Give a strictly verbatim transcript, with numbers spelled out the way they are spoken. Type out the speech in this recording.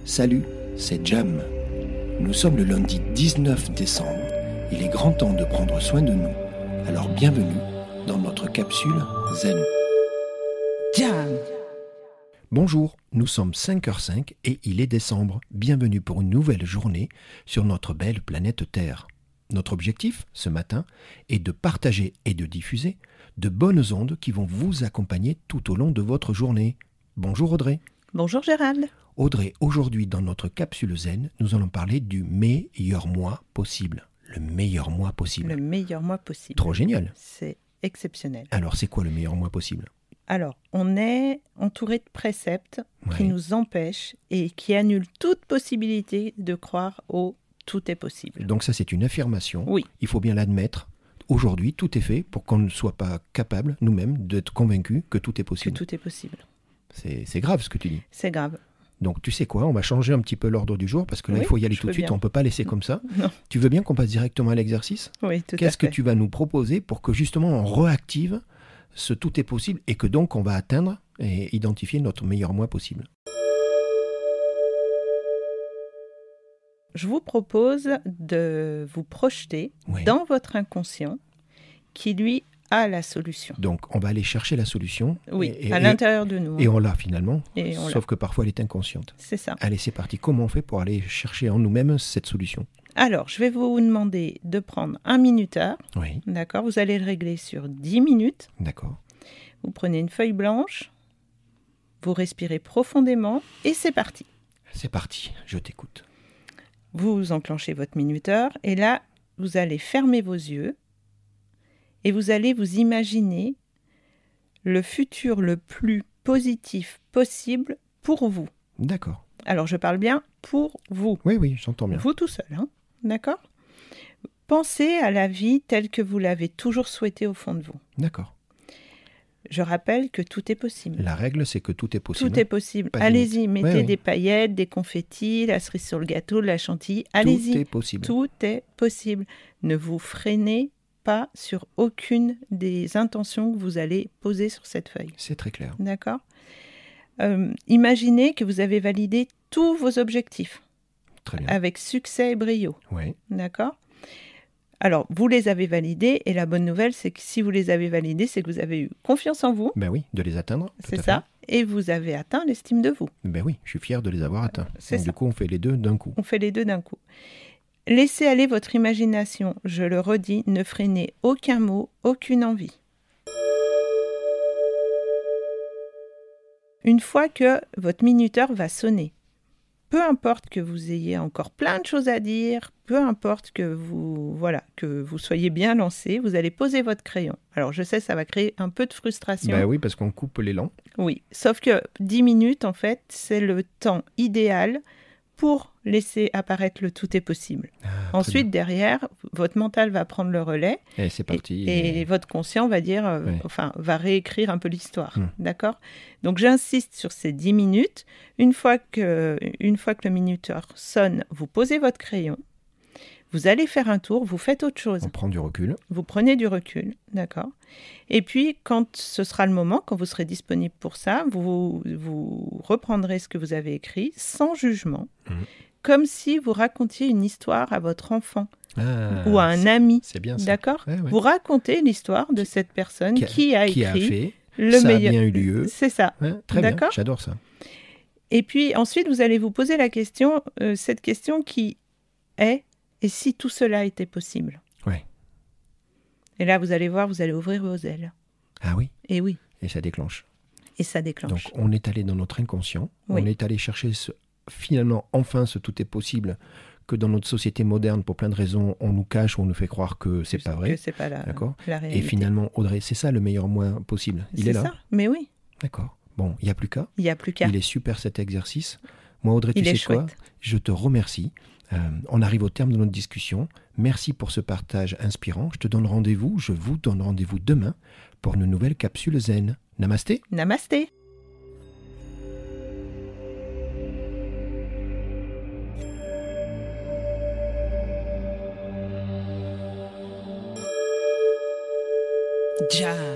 Salut, c'est Jam. Nous sommes le lundi dix-neuf décembre. Il est grand temps de prendre soin de nous. Alors bienvenue dans notre capsule Zen. Jam. Bonjour, nous sommes cinq heures cinq et il est décembre. Bienvenue pour une nouvelle journée sur notre belle planète Terre. Notre objectif, ce matin, est de partager et de diffuser de bonnes ondes qui vont vous accompagner tout au long de votre journée. Bonjour Audrey. Bonjour Gérald. Audrey, aujourd'hui dans notre capsule Zen, nous allons parler du meilleur mois possible. Le meilleur mois possible. Le meilleur mois possible. Trop génial. C'est exceptionnel. Alors, c'est quoi le meilleur mois possible ? Alors, on est entouré de préceptes Ouais. qui nous empêchent et qui annulent toute possibilité de croire au « tout est possible Donc ça, c'est une affirmation. Oui. Il faut bien l'admettre. Aujourd'hui, tout est fait pour qu'on ne soit pas capable, nous-mêmes, d'être convaincus que tout est ». Que possible. tout est possible. C'est, c'est grave ce que tu dis. C'est grave. Donc, tu sais quoi, on va changer un petit peu l'ordre du jour parce que là, Oui, il faut y aller je tout de veux suite. bien. On ne peut pas laisser comme ça. Non. Tu veux bien qu'on passe directement à l'exercice ? Oui, tout Qu'est-ce à fait. que tu vas nous proposer pour que justement on réactive ce tout est possible et que donc on va atteindre et identifier notre meilleur mois possible ? Je vous propose de vous projeter Oui. dans votre inconscient qui, lui, a la solution. Donc, on va aller chercher la solution. Oui, et, et- à l'intérieur de nous. Et, hein. on l'a finalement, Et on l'a. sauf que parfois elle est inconsciente. C'est ça. Allez, c'est parti. Comment on fait pour aller chercher en nous-mêmes cette solution ? Alors, je vais vous demander de prendre un minuteur. Oui, D'accord, vous allez le régler sur dix minutes. d'accord. Vous prenez une feuille blanche, vous respirez profondément et c'est parti. C'est parti, je t'écoute. Vous enclenchez votre minuteur et là, vous allez fermer vos yeux et vous allez vous imaginer le futur le plus positif possible pour vous. D'accord. Alors, je parle bien pour vous. Oui, oui, j'entends bien. Vous tout seul, hein, d'accord ? Pensez à la vie telle que vous l'avez toujours souhaitée au fond de vous. D'accord. Je rappelle que tout est possible. La règle, c'est que tout est possible. Tout est possible. Pas de Allez-y, limite. mettez Ouais, des oui. paillettes, des confettis, la cerise sur le gâteau, de la chantilly. Tout Allez-y. est possible. Tout est possible. Ne vous freinez pas sur aucune des intentions que vous allez poser sur cette feuille. C'est très clair. D'accord ? Euh, Imaginez que vous avez validé tous vos objectifs Très bien. avec succès et brio. Oui, D'accord ? Alors, vous les avez validés et la bonne nouvelle, c'est que si vous les avez validés, c'est que vous avez eu confiance en vous. ben oui, de les atteindre. tout C'est à ça. Et vous avez atteint l'estime de vous. fait. Ben oui, je suis fier de les avoir atteints. C'est Donc, ça. du coup, on fait les deux d'un coup. On fait les deux d'un coup. Laissez aller votre imagination. Je le redis, ne freinez aucun mot, aucune envie. Une fois que votre minuteur va sonner, peu importe que vous ayez encore plein de choses à dire, peu importe que vous, voilà, que vous soyez bien lancé, vous allez poser votre crayon. Alors je sais, ça va créer un peu de frustration. Ben oui, parce qu'on coupe l'élan. Oui, sauf que dix minutes, en fait, c'est le temps idéal pour laisser apparaître le tout est possible. Ah, très Ensuite, derrière, votre mental va prendre le relais bien. Et c'est parti. et, et votre conscient va dire, euh, Ouais. enfin, va réécrire un peu l'histoire. Hmm. D'accord ? Donc, j'insiste sur ces dix minutes. Une fois que, une fois que le minuteur sonne, vous posez votre crayon. Vous allez faire un tour, vous faites autre chose. On prend du recul. Vous prenez du recul, d'accord ? Et puis, quand ce sera le moment, quand vous serez disponible pour ça, vous, vous reprendrez ce que vous avez écrit sans jugement, Mhm. comme si vous racontiez une histoire à votre enfant Ah, ou à un c'est- ami, C'est bien ça. d'accord ? Ouais, ouais. Vous racontez l'histoire de cette personne Qui a, qui a qui a écrit fait, le ça meilleur. a bien eu lieu. C'est ça. Ouais, très bien, D'accord ? j'adore ça. Et puis ensuite, vous allez vous poser la question, euh, cette question qui est « et si tout cela était possible ?» Ouais. Et là, vous allez voir, vous allez ouvrir vos ailes. Ah oui, Et oui, et ça déclenche. et ça Donc déclenche. on est allé dans notre inconscient, Oui. on est allé chercher ce- finalement enfin ce tout est possible que dans notre société moderne, pour plein de raisons, on nous cache, on nous fait croire que c'est pas Que vrai. c'est pas la, D'accord. la réalité. Et finalement, Audrey, c'est ça le meilleur mois possible. Il C'est est là. ça, mais oui, D'accord. Bon, il n'y a plus qu'à. il n'y a plus qu'à. Il est super cet exercice. Moi, Audrey, tu Il est sais quoi ? chouette. Je te remercie. Euh, on arrive au terme de notre discussion. Merci pour ce partage inspirant. Je te donne rendez-vous, je vous donne rendez-vous demain pour une nouvelle capsule zen. Namasté. Namasté. Jam.